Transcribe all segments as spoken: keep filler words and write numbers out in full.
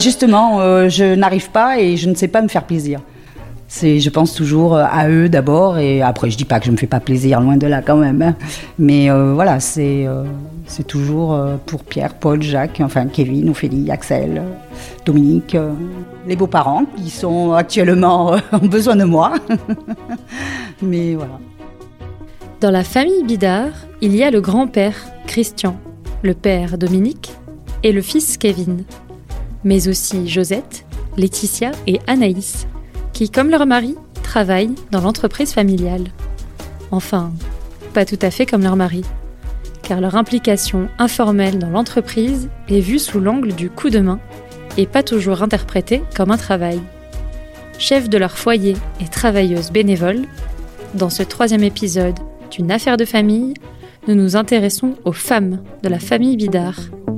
Justement, euh, je n'arrive pas et je ne sais pas me faire plaisir. C'est, je pense toujours à eux d'abord et après je dis pas que je me fais pas plaisir, loin de là quand même. Hein. Mais euh, voilà, c'est, euh, c'est toujours euh, pour Pierre, Paul, Jacques, enfin Kevin, Ophélie, Axel, euh, Dominique, euh, les beaux-parents qui sont actuellement euh, ont besoin de moi. Mais voilà. Dans la famille Bidard, il y a le grand-père, Christian, le père, Dominique, et le fils, Kevin. Mais aussi Josette, Laetitia et Anaïs, qui, comme leur mari, travaillent dans l'entreprise familiale. Enfin, pas tout à fait comme leur mari, car leur implication informelle dans l'entreprise est vue sous l'angle du coup de main et pas toujours interprétée comme un travail. Chef de leur foyer et travailleuse bénévole, dans ce troisième épisode d'une affaire de famille, nous nous intéressons aux femmes de la famille Bidard.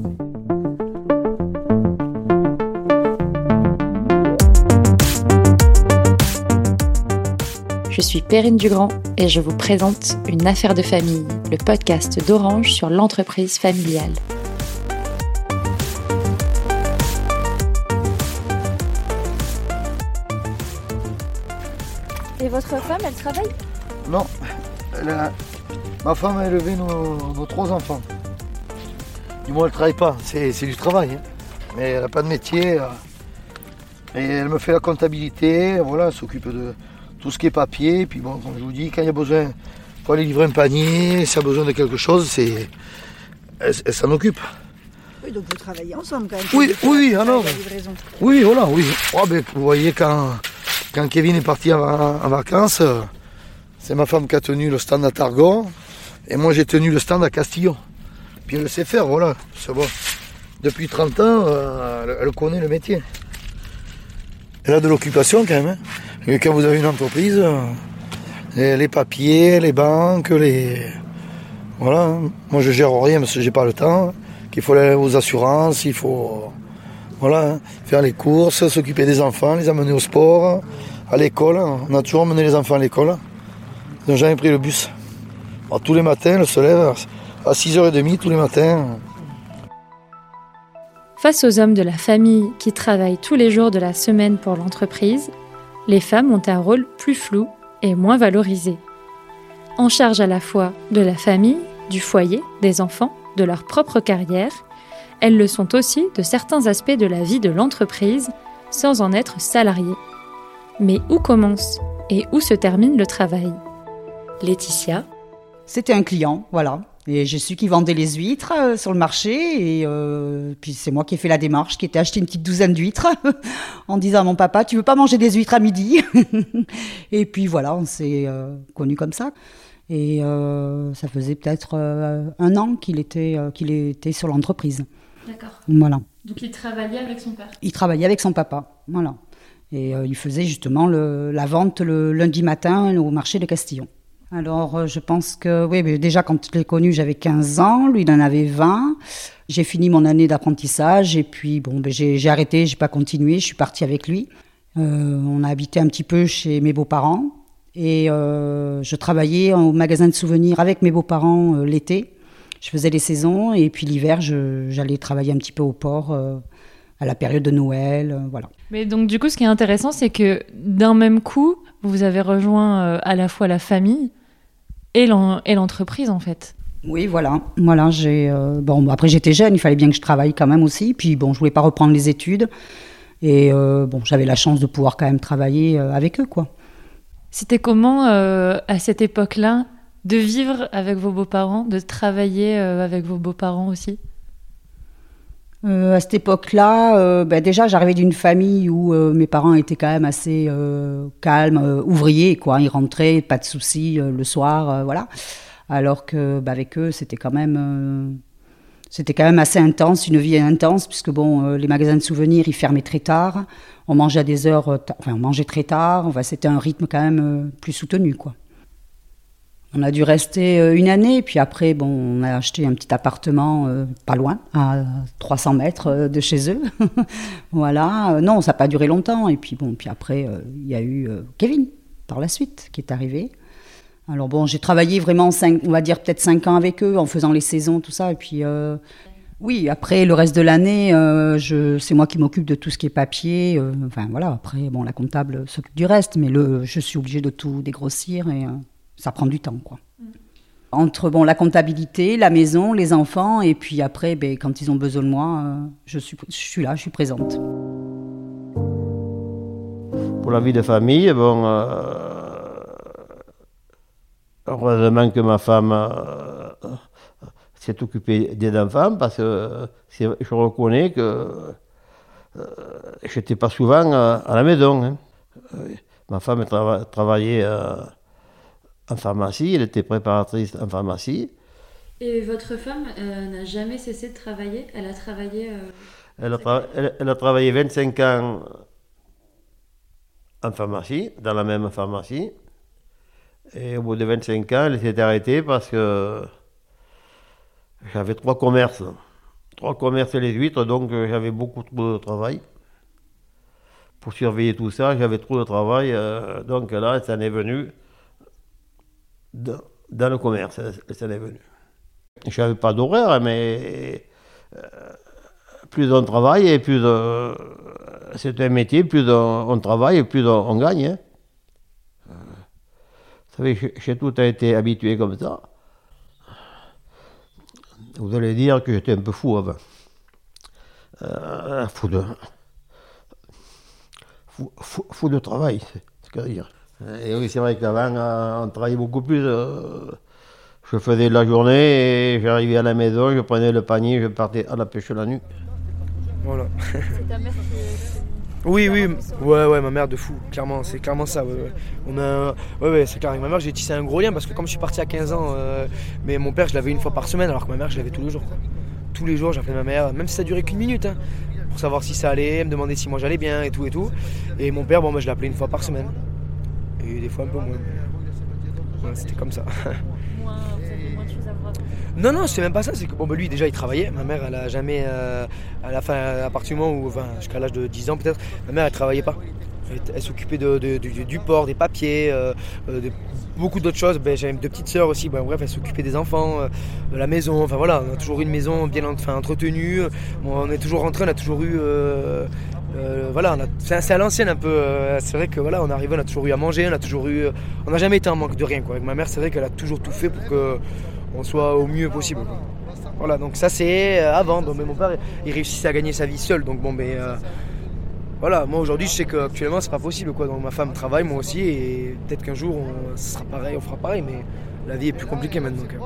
Je suis Perrine Dugrand et je vous présente Une affaire de famille, le podcast d'Orange sur l'entreprise familiale. Et votre femme, elle travaille ? Non, elle a... ma femme a élevé nos, nos trois enfants. Du moins, elle ne travaille pas, c'est, c'est du travail. Hein. Mais elle n'a pas de métier. Et elle me fait la comptabilité, voilà, elle s'occupe de tout ce qui est papier. Puis bon, comme je vous dis, quand il y a besoin, il faut aller livrer un panier, si y a besoin de quelque chose, c'est... Elle, elle s'en occupe. Oui, donc vous travaillez ensemble quand même. Oui, oui, alors. Oui, voilà, oui. Oh, ben, vous voyez, quand, quand Kevin est parti en, en vacances, c'est ma femme qui a tenu le stand à Targon, et moi j'ai tenu le stand à Castillon. Puis elle le sait faire, voilà. C'est bon. Depuis trente ans, euh, elle, elle connaît le métier. Elle a de l'occupation quand même. Hein. Et quand vous avez une entreprise, les, les papiers, les banques, les... Voilà. Hein. Moi je gère rien parce que j'ai pas le temps. Qu'il faut aller aux assurances, il faut voilà, hein. Faire les courses, s'occuper des enfants, les amener au sport, à l'école. On a toujours emmené les enfants à l'école. Ils n'ont jamais pris le bus. Alors, tous les matins, elle se lève à six heures trente tous les matins. Face aux hommes de la famille qui travaillent tous les jours de la semaine pour l'entreprise, les femmes ont un rôle plus flou et moins valorisé. En charge à la fois de la famille, du foyer, des enfants, de leur propre carrière, elles le sont aussi de certains aspects de la vie de l'entreprise sans en être salariées. Mais où commence et où se termine le travail ? Laetitia. C'était un client, voilà. Et j'ai su qu'il vendait les huîtres euh, sur le marché. Et euh, puis c'est moi qui ai fait la démarche, qui ai acheté une petite douzaine d'huîtres en disant à mon papa, tu veux pas manger des huîtres à midi ? Et puis voilà, on s'est euh, connus comme ça. Et euh, ça faisait peut-être euh, un an qu'il était, euh, qu'il était sur l'entreprise. D'accord. Voilà. Donc il travaillait avec son père ? Il travaillait avec son papa, voilà. Et euh, il faisait justement le, la vente le lundi matin au marché de Castillon. Alors, euh, je pense que, oui, mais déjà, quand je l'ai connu, j'avais quinze ans, lui, il en avait vingt. J'ai fini mon année d'apprentissage et puis, bon, ben, j'ai, j'ai arrêté, j'ai pas continué, je suis partie avec lui. Euh, on a habité un petit peu chez mes beaux-parents et euh, je travaillais au magasin de souvenirs avec mes beaux-parents euh, l'été. Je faisais les saisons et puis l'hiver, je, j'allais travailler un petit peu au port euh, à la période de Noël, euh, voilà. Mais donc, du coup, ce qui est intéressant, c'est que d'un même coup, vous avez rejoint euh, à la fois la famille Et, l'en, et l'entreprise, en fait. Oui, voilà. Voilà, j'ai, euh, bon, après, j'étais jeune, il fallait bien que je travaille quand même aussi. Puis, bon, je voulais pas reprendre les études. Et euh, bon, j'avais la chance de pouvoir quand même travailler euh, avec eux, quoi. C'était comment, euh, à cette époque-là, de vivre avec vos beaux-parents, de travailler euh, avec vos beaux-parents aussi ? Euh, à cette époque-là, euh, ben déjà, j'arrivais d'une famille où euh, mes parents étaient quand même assez euh, calmes, euh, ouvriers, quoi. Ils rentraient, pas de soucis euh, le soir, euh, voilà. Alors que, ben, avec eux, c'était quand même, euh, c'était quand même assez intense, une vie intense, puisque bon, euh, les magasins de souvenirs, ils fermaient très tard. On mangeait à des heures, euh, t- enfin, on mangeait très tard. Enfin, c'était un rythme quand même euh, plus soutenu, quoi. On a dû rester une année, puis après, bon, on a acheté un petit appartement euh, pas loin, à trois cents mètres de chez eux. Voilà. Non, ça n'a pas duré longtemps. Et puis bon, puis après, euh, il y a eu euh, Kevin, par la suite, qui est arrivé. Alors bon, j'ai travaillé vraiment, cinq, on va dire peut-être cinq ans avec eux, en faisant les saisons, tout ça. Et puis, euh, Oui, après le reste de l'année, euh, je, c'est moi qui m'occupe de tout ce qui est papier. Euh, enfin voilà, après bon, la comptable s'occupe du reste, mais le, je suis obligée de tout dégrossir et euh, ça prend du temps, quoi. Mm. Entre bon, la comptabilité, la maison, les enfants, et puis après, ben, quand ils ont besoin de moi, euh, je, suis, je suis là, je suis présente. Pour la vie de famille, bon, euh, heureusement que ma femme euh, s'est occupée des enfants, parce que c'est, je reconnais que euh, je n'étais pas souvent à, à la maison. Hein. Ma femme trava- travaillait euh, en pharmacie, elle était préparatrice en pharmacie. Et votre femme euh, n'a jamais cessé de travailler? Elle a travaillé... Euh, elle, a tra- elle, elle a travaillé vingt-cinq ans en pharmacie, dans la même pharmacie. Et au bout de vingt-cinq ans, elle s'est arrêtée parce que j'avais trois commerces. Trois commerces et les huîtres, donc j'avais beaucoup trop de travail. Pour surveiller tout ça, j'avais trop de travail. Euh, donc là, ça en est venu dans, dans le commerce. Ça en est venu. Je n'avais pas d'horaire, mais euh, plus on travaille et plus euh, c'est un métier, plus on, on travaille et plus on, on gagne. Hein. Euh, vous savez, chez, chez tout a été habitué comme ça. Vous allez dire que j'étais un peu fou avant. Euh, fou, de, fou, fou, fou de travail, c'est ce qu'à dire. Et oui, c'est vrai qu'avant, on travaillait beaucoup plus. Euh, je faisais de la journée et j'arrivais à la maison, je prenais le panier, je partais à la pêche la nuit. Voilà. C'est ta mère qui... Oui, oui, ouais, ouais, ma mère de fou, clairement, c'est clairement ça. Ouais, ouais. On a, ouais, ouais, c'est clair. Avec ma mère, j'ai tissé un gros lien parce que comme je suis parti à quinze ans, euh, mais mon père, je l'avais une fois par semaine, alors que ma mère, je l'avais tous les jours. Quoi. Tous les jours, j'appelais ma mère, même si ça durait qu'une minute, hein, pour savoir si ça allait, me demander si moi j'allais bien et tout et tout. Et mon père, bon, moi, je l'appelais une fois par semaine. Et des fois un peu moins. Ouais, c'était comme ça. Moins, vous avez moins de choses à voir. Non, non, c'est même pas ça, c'est que bon, bah, lui déjà il travaillait, ma mère elle a jamais, euh, à la fin, à partir du moment où, enfin, jusqu'à l'âge de dix ans peut-être, ma mère elle travaillait pas. Elle, elle s'occupait de, de, de, du port, des papiers, euh, de beaucoup d'autres choses. Ben, j'avais deux petites sœurs aussi, ben, bref, elle s'occupait des enfants, euh, de la maison, enfin voilà, on a toujours eu une maison bien enfin, entretenue, bon, on est toujours rentré, on a toujours eu... Euh, Euh, voilà, on a, c'est, c'est à l'ancienne un peu. Euh, c'est vrai que voilà, on est arrivé, on a toujours eu à manger, on a toujours eu, on n'a jamais été en manque de rien. Quoi. Avec ma mère, c'est vrai qu'elle a toujours tout fait pour que on soit au mieux possible. Quoi. Voilà, donc ça c'est euh, avant. Donc, mais mon père, il réussissait à gagner sa vie seul. Donc bon, mais euh, voilà, moi aujourd'hui, je sais qu'actuellement c'est pas possible. Quoi. Donc ma femme travaille, moi aussi, et peut-être qu'un jour, on, ce sera pareil, on fera pareil. Mais la vie est plus compliquée maintenant. Quoi.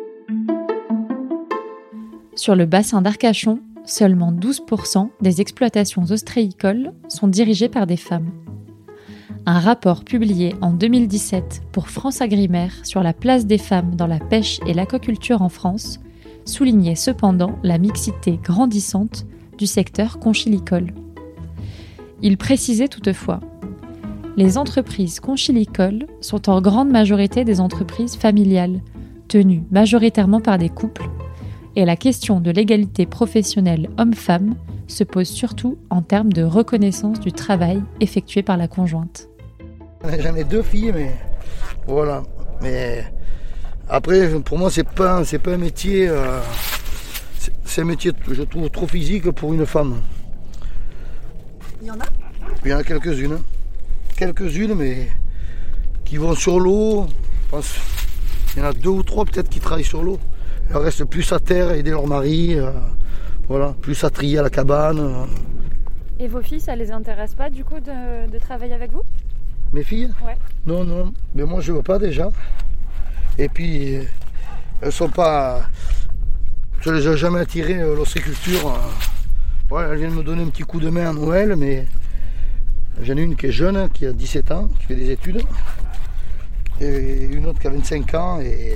Sur le bassin d'Arcachon, seulement douze pour cent des exploitations ostréicoles sont dirigées par des femmes. Un rapport publié en deux mille dix-sept pour France Agrimer sur la place des femmes dans la pêche et l'aquaculture en France soulignait cependant la mixité grandissante du secteur conchilicole. Il précisait toutefois : les entreprises conchilicoles sont en grande majorité des entreprises familiales, tenues majoritairement par des couples, et la question de l'égalité professionnelle homme-femme se pose surtout en termes de reconnaissance du travail effectué par la conjointe. J'en ai deux filles, mais voilà. Mais après, pour moi, c'est pas, c'est pas un métier. Euh, c'est, c'est un métier, je trouve, trop physique pour une femme. Il y en a ? Il y en a quelques-unes, quelques-unes, mais qui vont sur l'eau. Je pense, il y en a deux ou trois peut-être qui travaillent sur l'eau. Elles restent plus à terre, aider leur mari, euh, voilà, plus à trier à la cabane. Euh. Et vos filles, ça les intéresse pas du coup de, de travailler avec vous ? Mes filles ? Ouais. Non, non, mais moi je veux pas déjà. Et puis, elles sont pas... Je les ai jamais attirées, euh, l'ostréiculture. Euh. Ouais, elles viennent me donner un petit coup de main à Noël, mais j'en ai une qui est jeune, qui a dix-sept ans, qui fait des études. Et une autre qui a vingt-cinq ans et...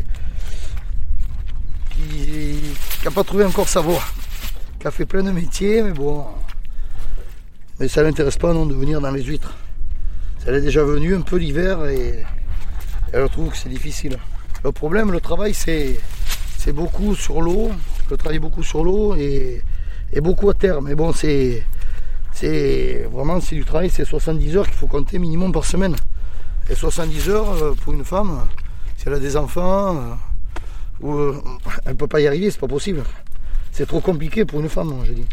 qui n'a pas trouvé encore sa voie, qui a fait plein de métiers, mais bon, mais ça ne l'intéresse pas non de venir dans les huîtres. Elle est déjà venue un peu l'hiver et elle trouve que c'est difficile. Le problème, le travail, c'est, c'est beaucoup sur l'eau, je travaille beaucoup sur l'eau et, et beaucoup à terre, mais bon, c'est, c'est vraiment c'est du travail, c'est soixante-dix heures qu'il faut compter minimum par semaine. Et soixante-dix heures pour une femme, si elle a des enfants, Ou, euh, elle ne peut pas y arriver, c'est pas possible. c'est trop compliqué pour une femme, je dis.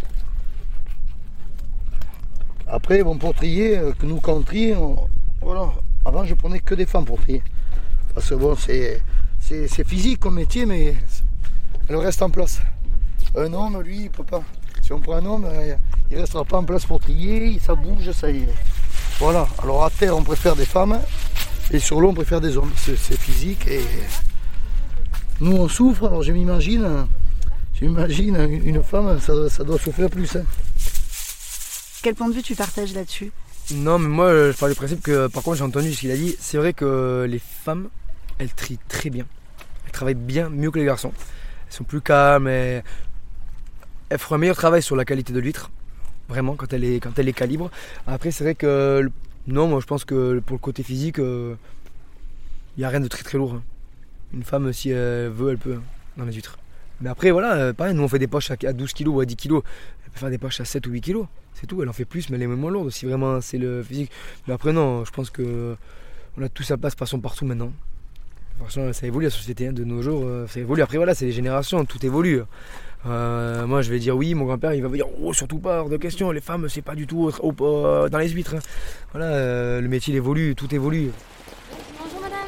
Après, bon, pour trier, que nous quand on trie, on, voilà. Avant je prenais que des femmes pour trier. Parce que bon, c'est, c'est, c'est physique comme métier, mais elle reste en place. Un homme, lui, il peut pas. Si on prend un homme, il ne restera pas en place pour trier, ça bouge, ça y est. Voilà, alors à terre on préfère des femmes, et sur l'eau on préfère des hommes. C'est, c'est physique et nous on souffre, alors je m'imagine, je m'imagine une femme, ça, ça doit souffrir plus. Hein. Quel point de vue tu partages là-dessus ? Non, mais moi, je parle du principe que, par contre, j'ai entendu ce qu'il a dit. C'est vrai que les femmes, elles trient très bien. Elles travaillent bien, mieux que les garçons. Elles sont plus calmes. Et... elles feront un meilleur travail sur la qualité de l'huître. Vraiment, quand elle est, quand elle est calibre. Après, c'est vrai que, non, moi, je pense que pour le côté physique, il euh, n'y a rien de très très lourd. Hein. Une femme, si elle veut, elle peut, hein, dans les huîtres. Mais après, voilà, pareil, nous, on fait des poches à douze kilos ou à dix kilos. Elle peut faire des poches à sept ou huit kilos. C'est tout, elle en fait plus, mais elle est même moins lourde si vraiment c'est le physique. Mais après, non, je pense que on a tout sa place, passons partout maintenant. Franchement, ça évolue la société hein, de nos jours, ça évolue. Après, voilà, c'est les générations, tout évolue. Euh, moi, je vais dire oui, mon grand-père, il va me dire oh, surtout pas, hors de question, les femmes, c'est pas du tout au, au, au, dans les huîtres. Hein. Voilà, euh, le métier il évolue, tout évolue. Bonjour madame.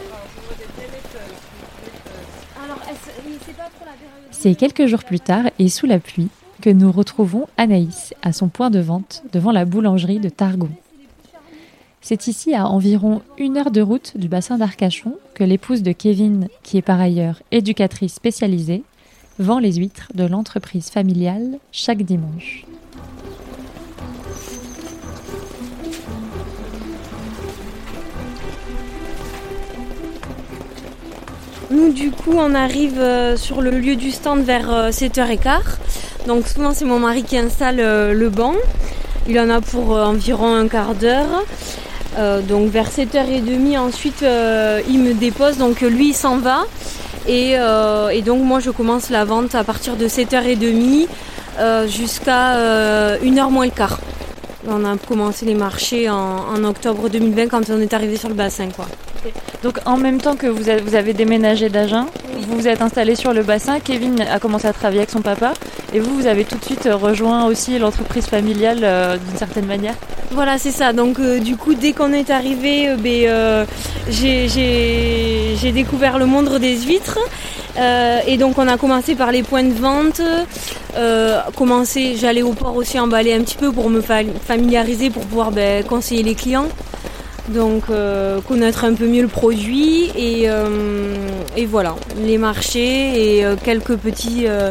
Alors, c'est pas trop la période. C'est quelques jours plus tard et sous la pluie que nous retrouvons Anaïs à son point de vente devant la boulangerie de Targon. C'est ici, à environ une heure de route du bassin d'Arcachon, que l'épouse de Kevin, qui est par ailleurs éducatrice spécialisée, vend les huîtres de l'entreprise familiale chaque dimanche. Nous, du coup, on arrive sur le lieu du stand vers sept heures quinze. Donc souvent c'est mon mari qui installe euh, le banc. Il en a pour euh, environ un quart d'heure. Euh, donc vers sept heures trente ensuite euh, il me dépose. Donc lui il s'en va. Et, euh, et donc moi je commence la vente à partir de sept heures trente euh, jusqu'à euh, une heure moins le quart. On a commencé les marchés en, en octobre deux mille vingt quand on est arrivé sur le bassin, quoi. Donc en même temps que vous avez, vous avez déménagé d'Agen, oui. Vous vous êtes installé sur le bassin, Kevin a commencé à travailler avec son papa et vous, vous avez tout de suite rejoint aussi l'entreprise familiale euh, d'une certaine manière. Voilà, c'est ça. Donc euh, du coup, dès qu'on est arrivé, euh, ben, euh, j'ai, j'ai, j'ai découvert le monde des huîtres. Euh, et donc on a commencé par les points de vente, euh, commencé, j'allais au port aussi emballer un petit peu pour me familiariser, pour pouvoir ben, conseiller les clients. Donc euh, connaître un peu mieux le produit et, euh, et voilà, les marchés et euh, quelques petits euh,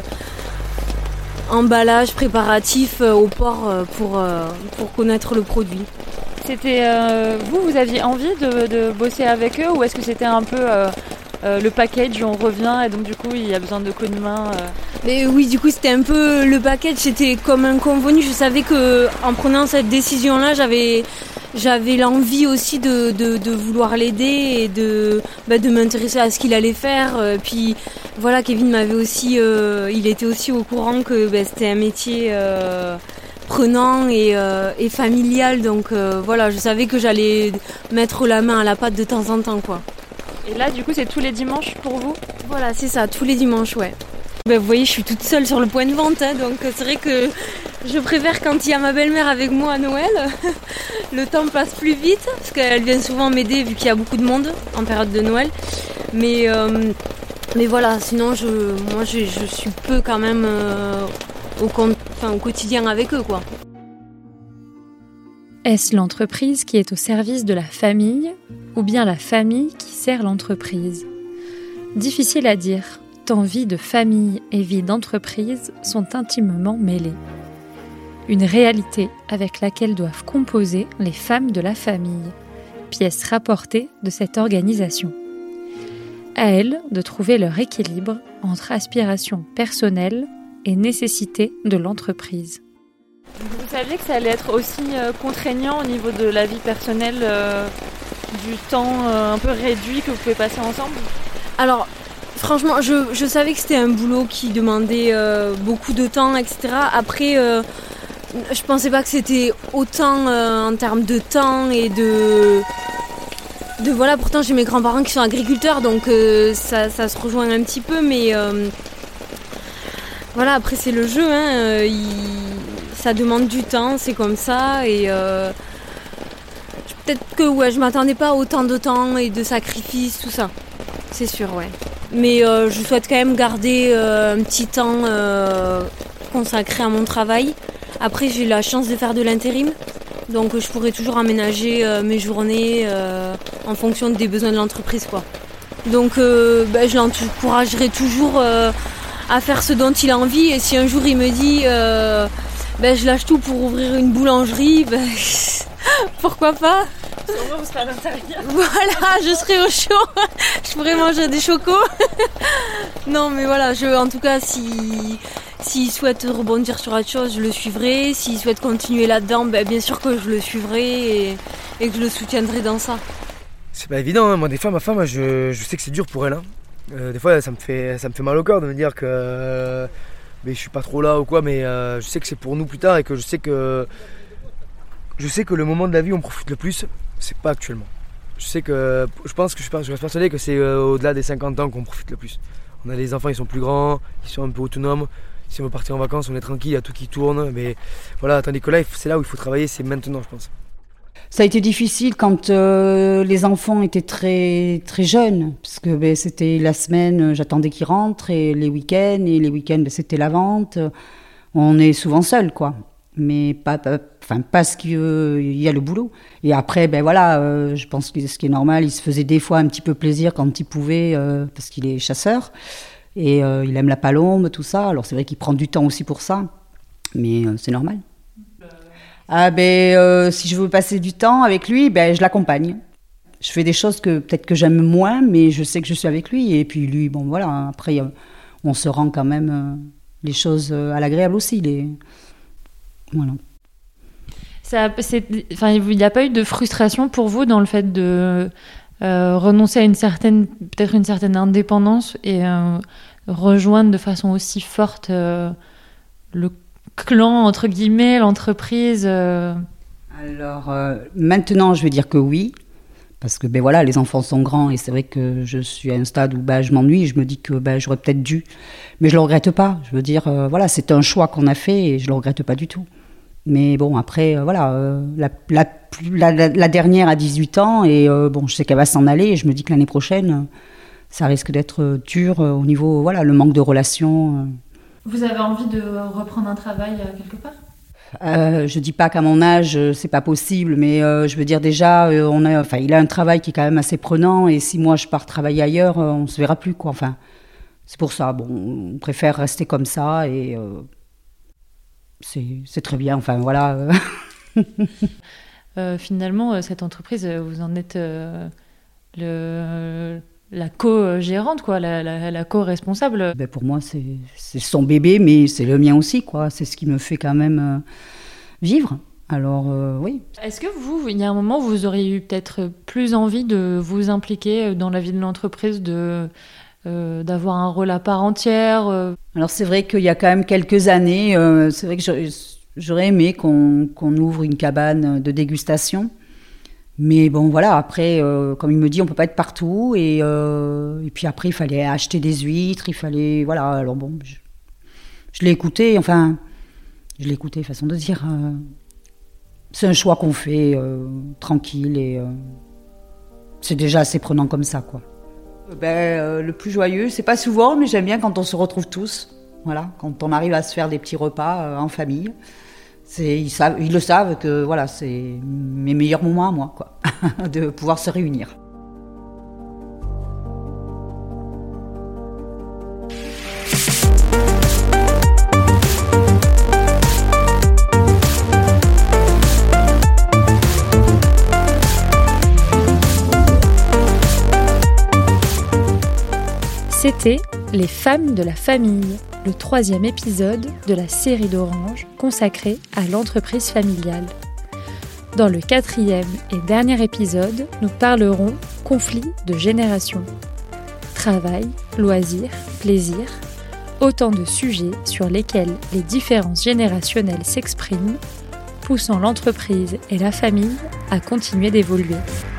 emballages préparatifs euh, au port euh, pour, euh, pour connaître le produit. C'était euh, vous, vous aviez envie de, de bosser avec eux ou est-ce que c'était un peu euh, euh, le package, on revient et donc du coup il y a besoin de coups de main euh... Mais oui, du coup c'était un peu le package, c'était comme un convenu. Je savais que en prenant cette décision-là, j'avais J'avais l'envie aussi de, de, de vouloir l'aider et de, bah, de m'intéresser à ce qu'il allait faire. Puis voilà, Kevin m'avait aussi, euh, il était aussi au courant que bah, c'était un métier euh, prenant et, euh, et familial. Donc euh, voilà, je savais que j'allais mettre la main à la pâte de temps en temps, quoi. Et là, du coup, c'est tous les dimanches pour vous ? Voilà, c'est ça, tous les dimanches, ouais. Ben, vous voyez, je suis toute seule sur le point de vente, hein, donc c'est vrai que je préfère quand il y a ma belle-mère avec moi à Noël. Le temps passe plus vite, parce qu'elle vient souvent m'aider vu qu'il y a beaucoup de monde en période de Noël. Mais, euh, mais voilà, sinon je, moi je, je suis peu quand même euh, au, enfin, au quotidien avec eux, quoi. Est-ce l'entreprise qui est au service de la famille ou bien la famille qui sert l'entreprise ? Difficile à dire. Tant vie de famille et vie d'entreprise sont intimement mêlées. Une réalité avec laquelle doivent composer les femmes de la famille, pièces rapportées de cette organisation. À elles de trouver leur équilibre entre aspiration personnelle et nécessité de l'entreprise. Vous saviez que ça allait être aussi contraignant au niveau de la vie personnelle, euh, du temps euh, un peu réduit que vous pouvez passer ensemble ? Alors, franchement, je, je savais que c'était un boulot qui demandait euh, beaucoup de temps, et cetera. Après, euh, je pensais pas que c'était autant euh, en termes de temps et de... de voilà, pourtant j'ai mes grands-parents qui sont agriculteurs, donc euh, ça, ça se rejoint un petit peu, mais... Euh, Voilà, après c'est le jeu, hein, euh, il... ça demande du temps, c'est comme ça, et euh... peut-être que ouais, je m'attendais pas à autant de temps et de sacrifices, tout ça, c'est sûr, ouais. Mais euh, je souhaite quand même garder euh, un petit temps euh, consacré à mon travail. Après, j'ai eu la chance de faire de l'intérim, donc je pourrais toujours aménager euh, mes journées euh, en fonction des besoins de l'entreprise, quoi. Donc euh, ben, je l'encouragerai toujours euh, à faire ce dont il a envie, et si un jour il me dit euh, ben, je lâche tout pour ouvrir une boulangerie, ben, pourquoi pas. Au moins vous serez à l'intérieur. Voilà, je serai au chaud, je pourrais manger des chocos. Non mais voilà, je, en tout cas si s'il souhaite rebondir sur autre chose, je le suivrai. S'il souhaite continuer là-dedans, ben, bien sûr que je le suivrai et, et que je le soutiendrai dans ça. C'est pas évident, hein. Moi des fois ma femme, je, je sais que c'est dur pour elle. Hein. Euh, des fois ça me fait ça me fait mal au cœur de me dire que euh, mais je suis pas trop là ou quoi, mais euh, je sais que c'est pour nous plus tard et que je sais que je sais que le moment de la vie où on profite le plus, c'est pas actuellement. Je sais que je pense que je, je reste persuadé que c'est euh, au-delà des cinquante ans qu'on profite le plus. On a les enfants, ils sont plus grands, ils sont un peu autonomes. Si on veut partir en vacances, on est tranquille, il y a tout qui tourne. Mais voilà, tandis que là, c'est là où il faut travailler, c'est maintenant, je pense. Ça a été difficile quand euh, les enfants étaient très très jeunes, parce que ben, c'était la semaine, j'attendais qu'ils rentrent, et les week-ends, et les week-ends, ben, c'était la vente. On est souvent seuls, quoi. Mais pas, pas, enfin, parce qu'il euh, y a le boulot. Et après, ben voilà, euh, je pense que ce qui est normal, il se faisait des fois un petit peu plaisir quand il pouvait, euh, parce qu'il est chasseur. Et euh, il aime la palombe, tout ça. Alors c'est vrai qu'il prend du temps aussi pour ça, mais euh, c'est normal. Ah ben, euh, si je veux passer du temps avec lui, ben je l'accompagne. Je fais des choses que peut-être que j'aime moins, mais je sais que je suis avec lui. Et puis lui, bon voilà, après on se rend quand même euh, les choses à l'agréable aussi. Les... Voilà. Ça, c'est, enfin, il n'y a pas eu de frustration pour vous dans le fait de euh, renoncer à une certaine, peut-être une certaine indépendance et euh, rejoindre de façon aussi forte euh, le clan, entre guillemets, l'entreprise euh... Alors, euh, maintenant, je vais dire que oui, parce que ben voilà, les enfants sont grands et c'est vrai que je suis à un stade où ben, je m'ennuie, je me dis que ben, j'aurais peut-être dû, mais je ne le regrette pas. Je veux dire, euh, voilà, c'est un choix qu'on a fait et je ne le regrette pas du tout. Mais bon, après, euh, voilà, euh, la, la, la, la, la dernière a dix-huit ans et euh, bon, je sais qu'elle va s'en aller et je me dis que l'année prochaine, ça risque d'être dur euh, au niveau, voilà, le manque de relations. Euh. Vous avez envie de reprendre un travail euh, quelque part ? Euh, je dis pas qu'à mon âge euh, c'est pas possible, mais euh, je veux dire déjà, euh, on a, enfin, il a un travail qui est quand même assez prenant et si moi je pars travailler ailleurs, euh, on se verra plus quoi. Enfin, c'est pour ça. Bon, on préfère rester comme ça et euh, c'est, c'est très bien. Enfin voilà. euh, finalement, cette entreprise, vous en êtes euh, le la co-gérante, quoi, la, la, la co-responsable. Ben pour moi, c'est, c'est son bébé, mais c'est le mien aussi, quoi. C'est ce qui me fait quand même euh, vivre. Alors, euh, oui. Est-ce que vous, il y a un moment où vous auriez eu peut-être plus envie de vous impliquer dans la vie de l'entreprise, de, euh, d'avoir un rôle à part entière euh... Alors, c'est vrai qu'il y a quand même quelques années, euh, c'est vrai que j'aurais, j'aurais aimé qu'on, qu'on ouvre une cabane de dégustation. Mais bon, voilà, après, euh, comme il me dit, on peut pas être partout. Et, euh, et puis après, il fallait acheter des huîtres, il fallait... Voilà, alors bon, je, je l'ai écouté, enfin, je l'ai écouté, façon de dire. Euh, c'est un choix qu'on fait, euh, tranquille, et euh, c'est déjà assez prenant comme ça, quoi. Ben, euh, le plus joyeux, c'est pas souvent, mais j'aime bien quand on se retrouve tous. Voilà, quand on arrive à se faire des petits repas euh, en famille. C'est, ils, savent, ils le savent que voilà, c'est mes meilleurs moments à moi, quoi, de pouvoir se réunir. C'était Les femmes de la famille, le troisième épisode de la série d'Orange consacrée à l'entreprise familiale. Dans le quatrième et dernier épisode, nous parlerons conflit de génération. Travail, loisirs, plaisir, autant de sujets sur lesquels les différences générationnelles s'expriment, poussant l'entreprise et la famille à continuer d'évoluer.